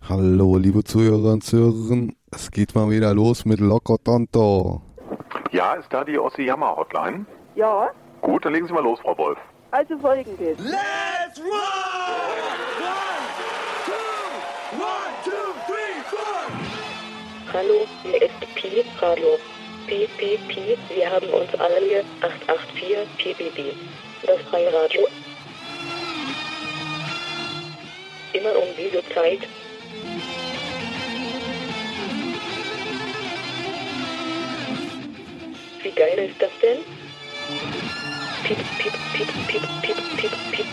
Hallo, liebe Zuhörer und Zuhörerinnen. Es geht mal wieder los mit Loco Tonto. Ja, ist da die Ossi-Jammer-Hotline? Ja, Gut, dann legen Sie mal los, Frau Wolf. also folgendes. Let's rock! 1, 2, 1, 2, 3, 4! Hallo, hier ist Pi Radio. Pi, Pi, Pi, wir haben uns alle hier 884 PBB. Das freie Radio. Immer um diese Zeit. Wie geil ist das denn? Piep, piep, piep, piep, piep, piep, piep.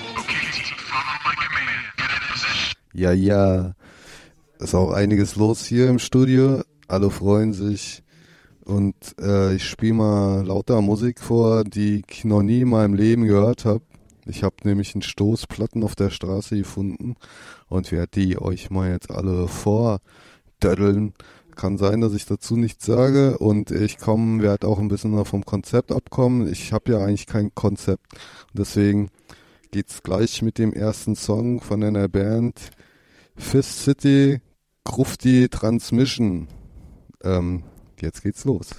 Ja, ist auch einiges los hier im Studio. Alle freuen sich. Und ich spiele mal lauter Musik vor, die ich noch nie in meinem Leben gehört habe. Ich habe nämlich einen Stoßplatten auf der Straße gefunden und werde die euch mal jetzt alle vordöddeln. Kann sein, dass ich dazu nichts sage und ich werde auch ein bisschen vom Konzept abkommen. Ich habe ja eigentlich kein Konzept. Deswegen geht's gleich mit dem ersten Song von einer Band Fist City Grufti Transmission. Jetzt geht's los.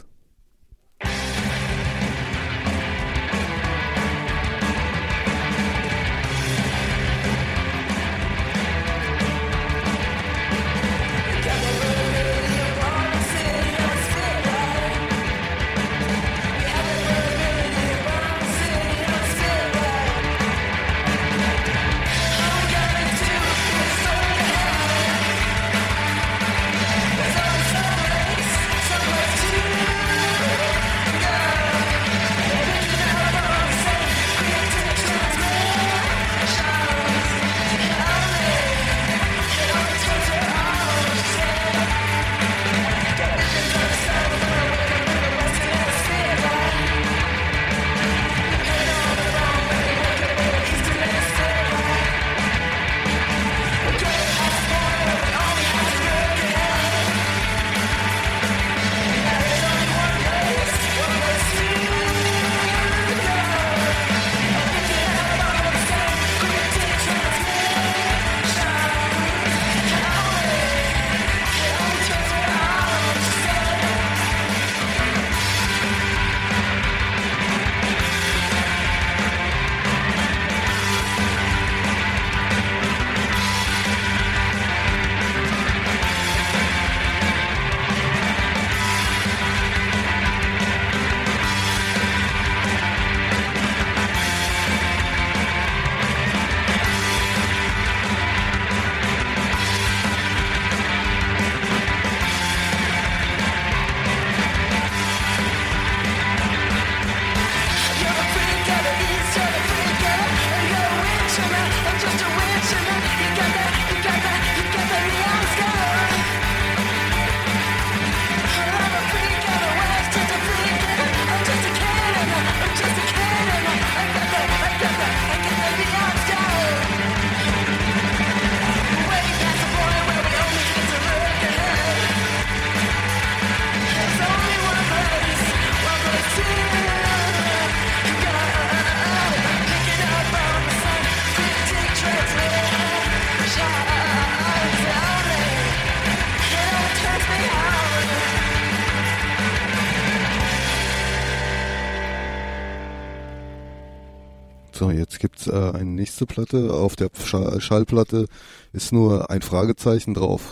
So, jetzt gibt's eine nächste Platte. Auf der Schallplatte ist nur ein Fragezeichen drauf.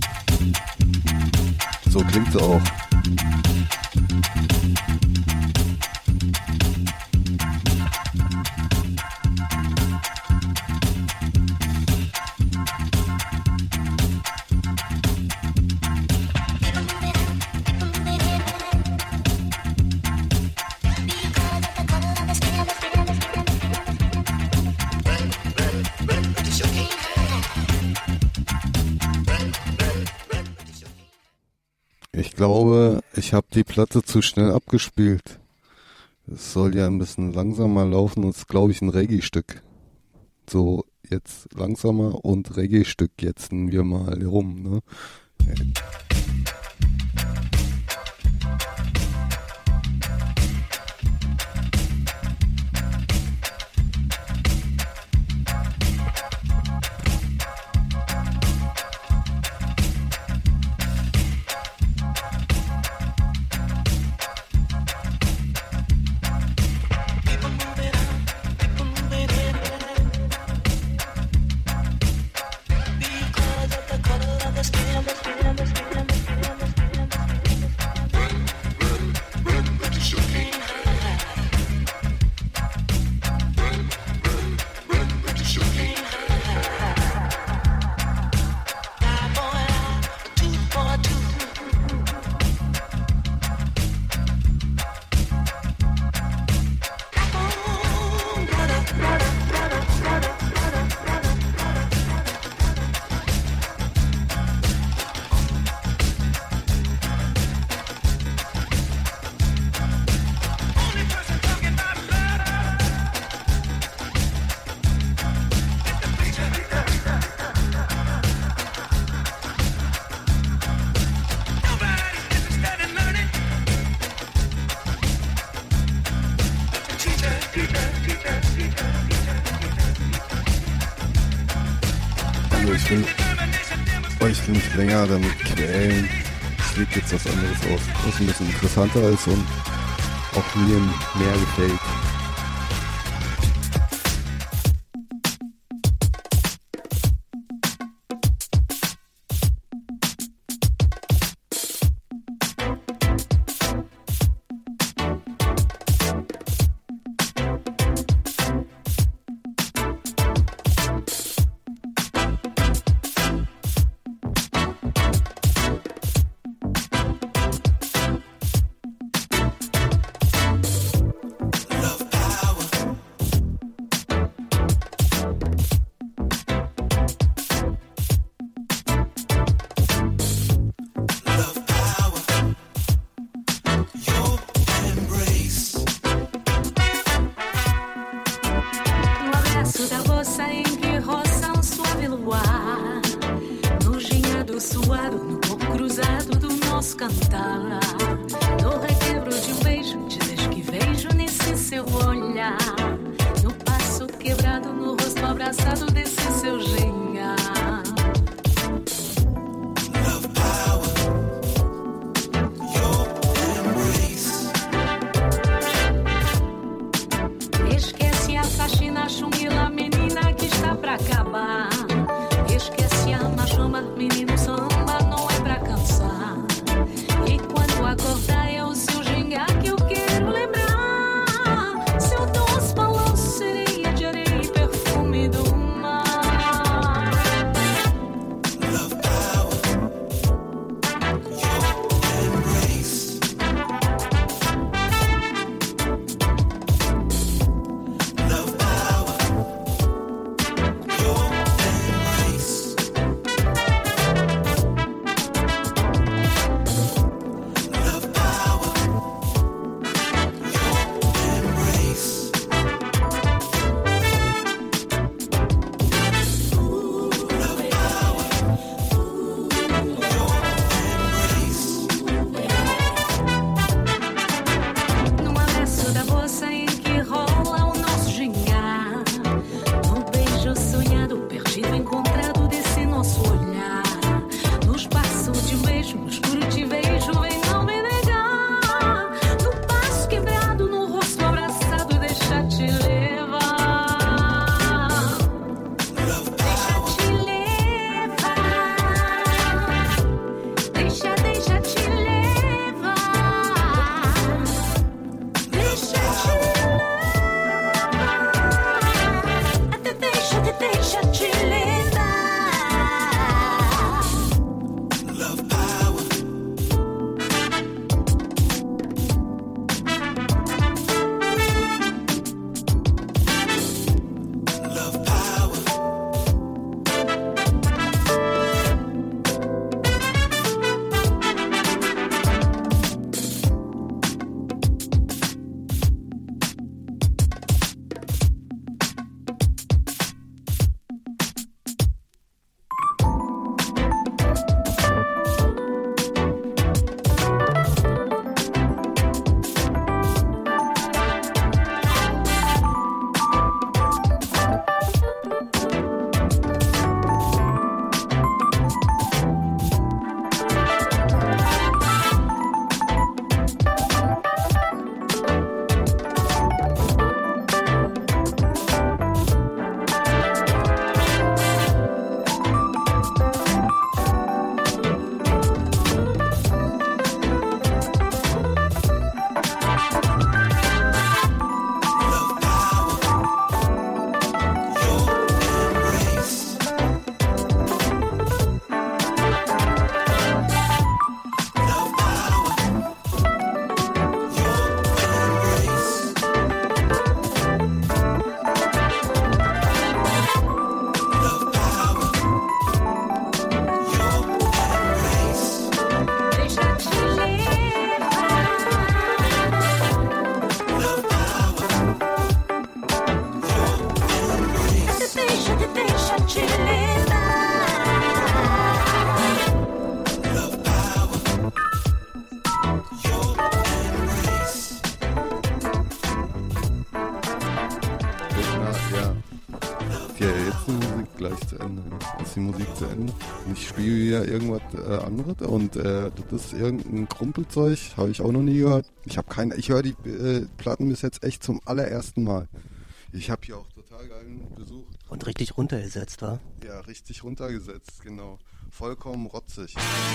So klingt sie auch. Ich glaube, ich habe die Platte zu schnell abgespielt. Es soll ja ein bisschen langsamer laufen und es ist, glaube ich, ein Reggae-Stück. So, jetzt langsamer und Reggae-Stück jetzt wir mal rum, ne? will euch nicht länger damit quälen. Ich leg jetzt was anderes aus, was ein bisschen interessanter ist und auch mir mehr gefällt. Seu doce balanço, sereia de areia e perfume do mar. ist die Musik zu Ende. Und ich spiele ja irgendwas anderes und das ist irgendein Krumpelzeug, habe ich auch noch nie gehört. Ich höre die Platten bis jetzt echt zum allerersten Mal. Ich habe hier auch total geilen Besuch. Und richtig runtergesetzt, wa? Ja, richtig runtergesetzt, genau. Vollkommen rotzig.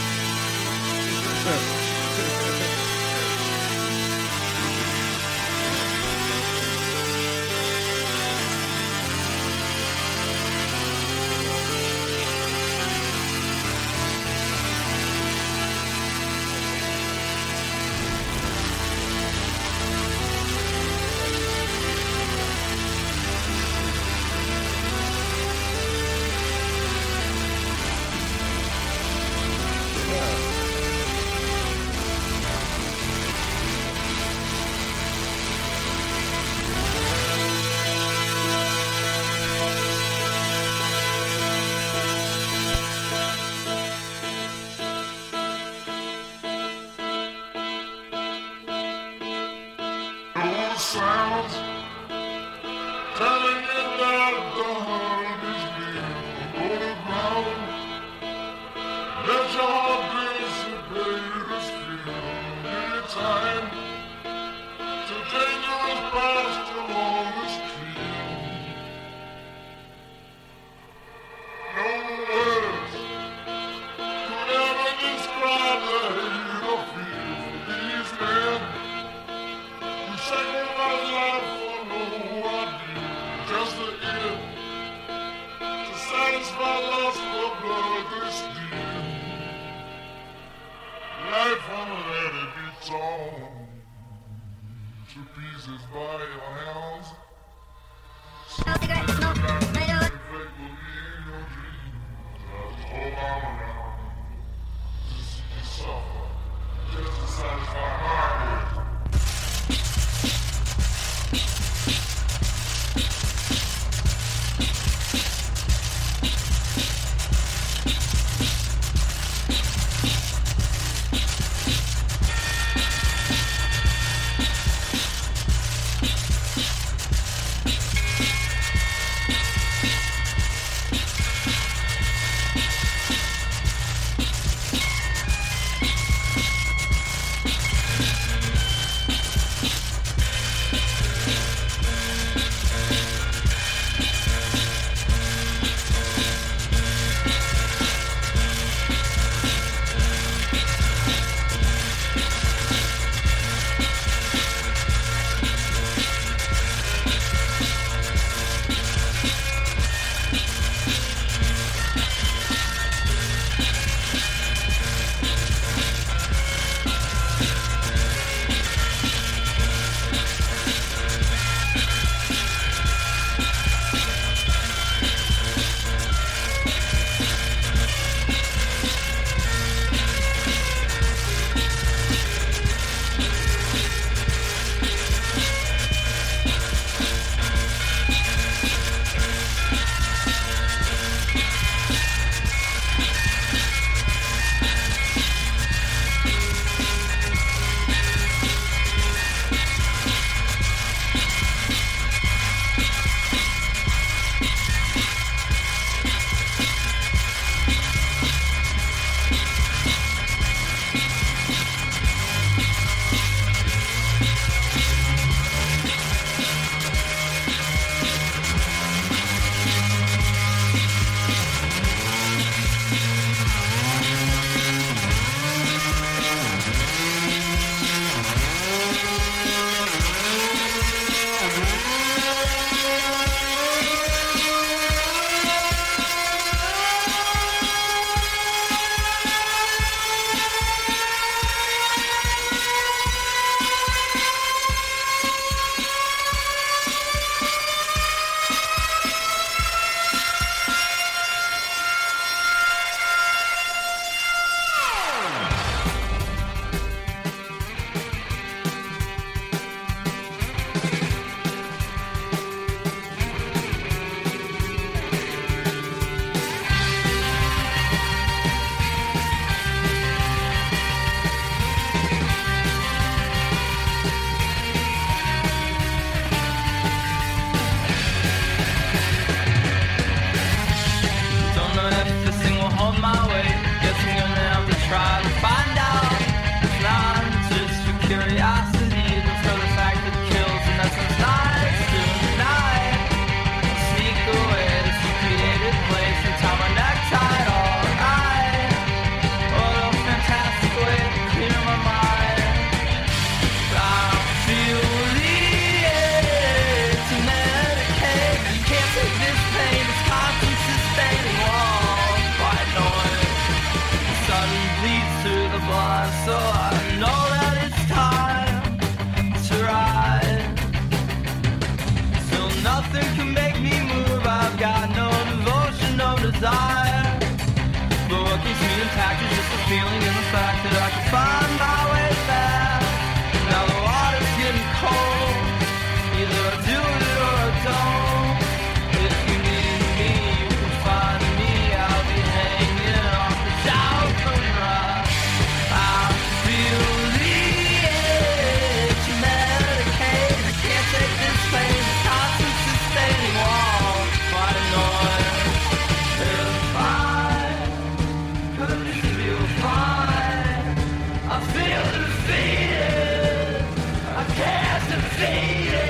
Sounds telling you that the heart is being on the ground. Let your heart dissipate this feeling. Give it time to dangerous past along the street. No words could ever describe the hate or fear for these men. Sacrifice life for no idea, just the ear to satisfy lust for blood this deep. so I know that it's time to ride. So nothing can make me move, I've got no devotion, no desire. But what keeps me intact is just the feeling and the fact that I can find my way back. Now the water's getting cold, either I do it or I don't. If you need me, you can find me, I'll be hanging off the shelf and rock. I feel the itch, Medicaid, I can't take this pain, the constant sustaining wall, fighting noise. If I could feel fine, I feel defeated, I can't defeat it.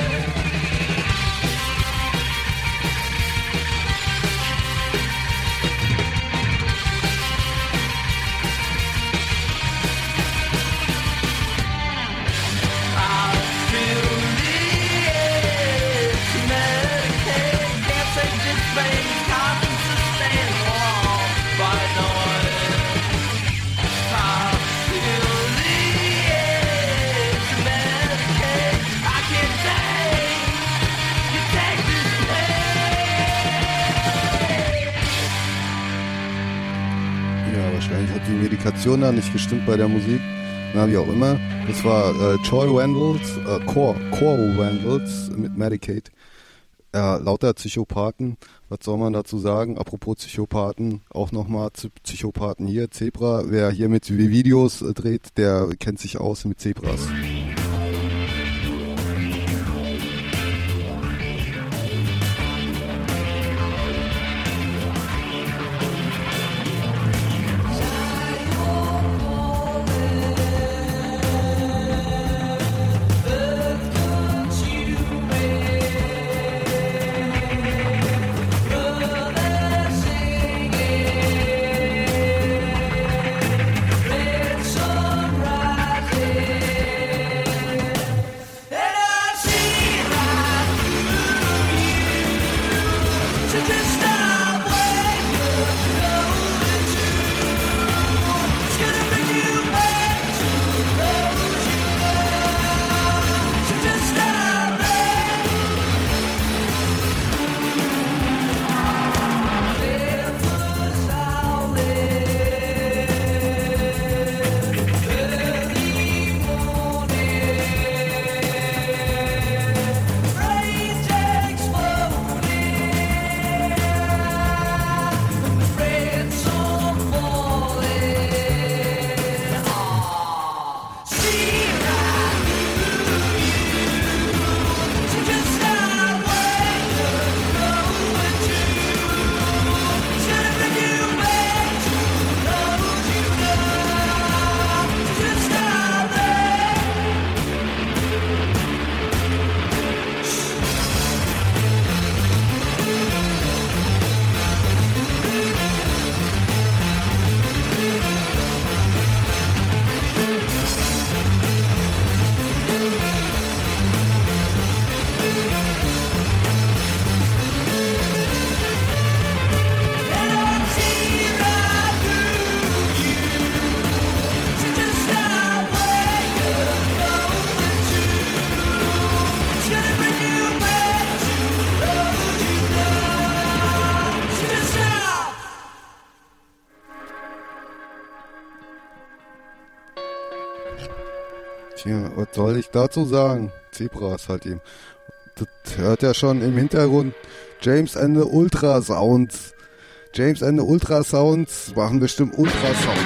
I feel the itch, Medicaid, can't take this pain, constant sustaining wall, fighting noise. I feel the itch, Medicaid, I can't take this pain. Ja, wahrscheinlich hat die Medikation da nicht gestimmt bei der Musik. Na, wie auch immer. Das war Core Vandals mit Medicaid. Lauter Psychopathen. Was soll man dazu sagen? Apropos Psychopathen, auch nochmal zu Psychopathen hier. Zebra, wer hier mit Videos dreht, der kennt sich aus mit Zebras. Tja, was soll ich dazu sagen? Zebras halt eben. Das hört ja schon im Hintergrund. James and the Ultrasounds. James and the Ultrasounds machen bestimmt Ultrasound.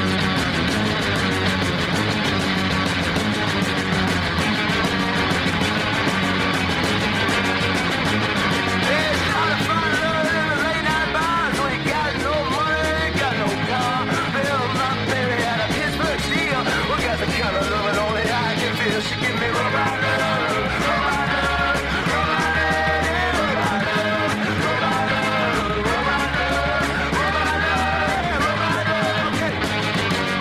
Robot,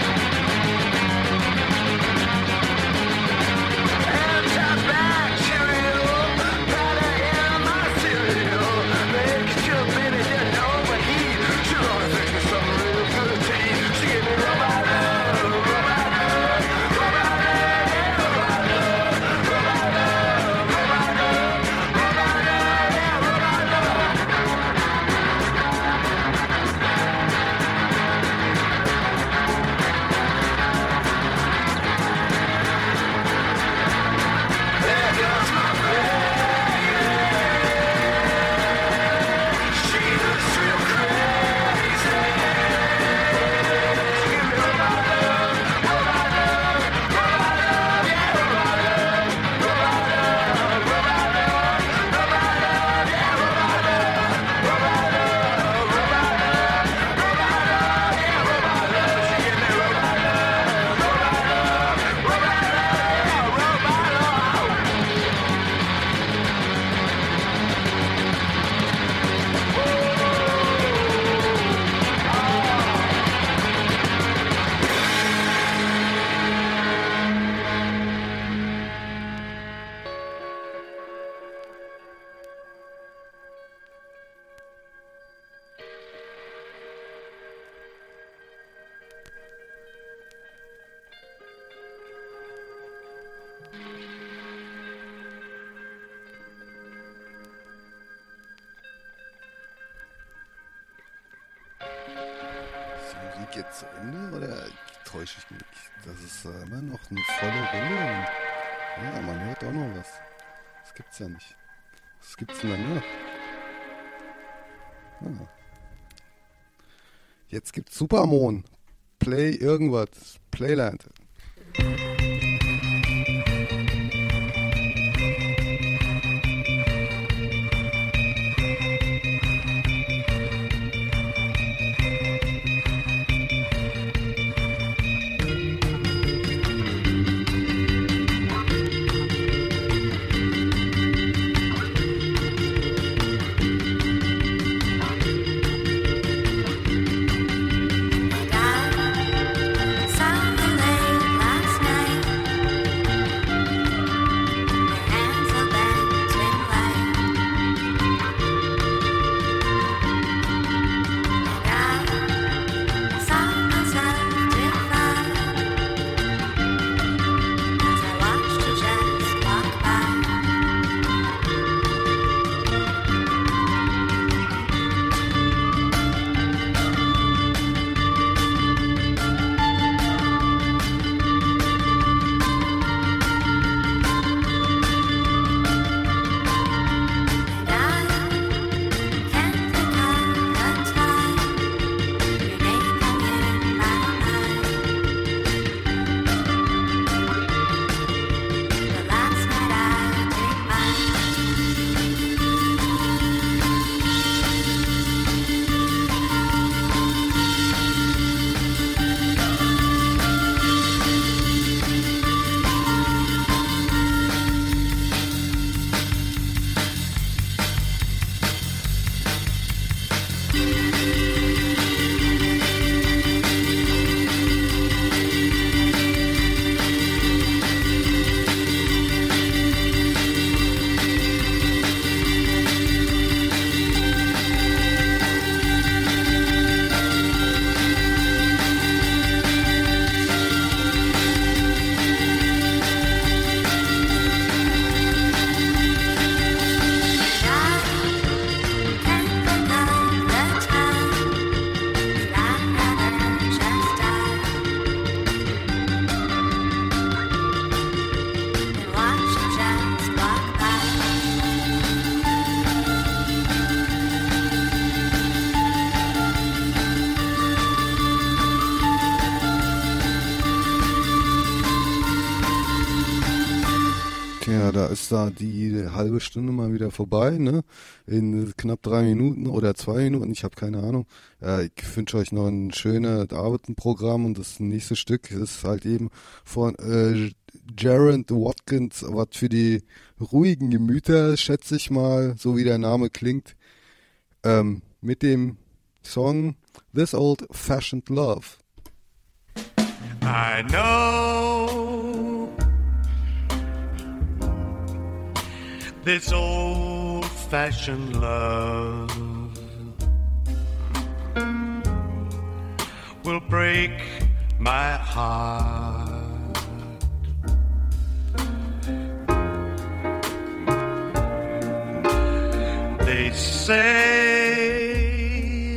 Musik jetzt zu Ende oder täusche ich mich? Das ist immer noch eine volle Runde. Ja, man hört auch noch was. Das gibt's ja nicht. Was gibt's denn danach? Ah. Jetzt gibt's Supermond. Play irgendwas. Playland. Da ist da die halbe Stunde mal wieder vorbei, ne? In knapp 3 Minuten oder 2 Minuten, ich habe keine Ahnung. Ich wünsche euch noch ein schönes Abendprogramm und das nächste Stück ist halt eben von Gerard Watkins, was für die ruhigen Gemüter, schätze ich mal, so wie der Name klingt, mit dem Song This Old Fashioned Love. I know this old-fashioned love will break my heart. They say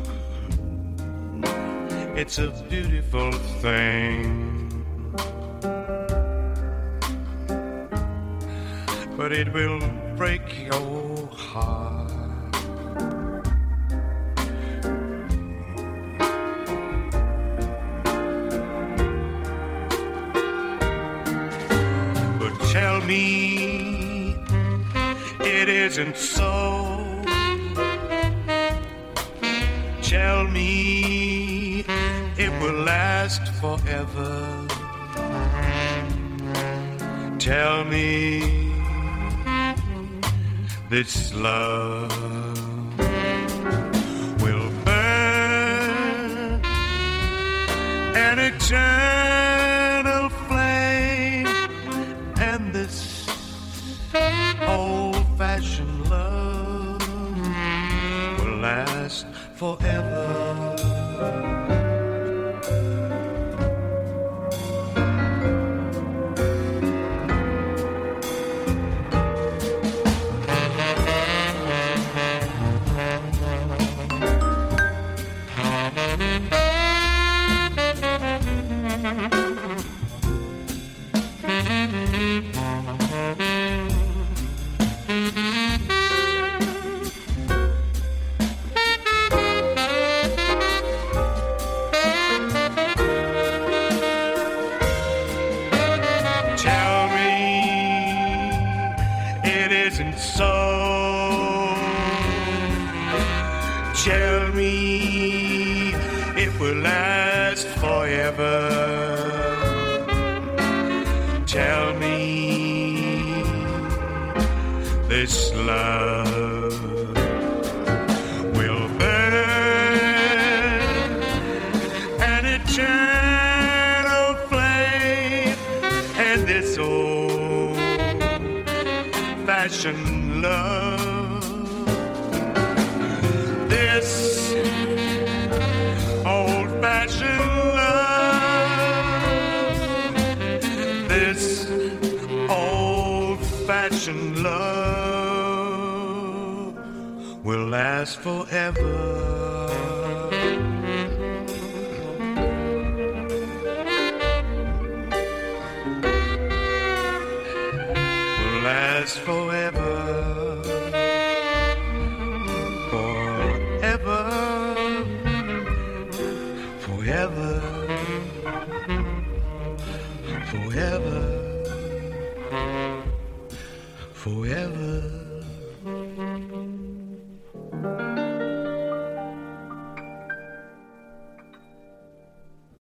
it's a beautiful thing, but it will break your heart. But tell me it isn't so. Tell me it will last forever. Tell me this love will burn an eternal flame, and this old-fashioned love will last forever. Tell me it isn't so. Tell me it will last forever. Tell me this love will burn an eternal flame, and this old-fashioned love, this old-fashioned love, this old-fashioned love will last forever. Will last forever. Forever. Forever. Forever. Forever.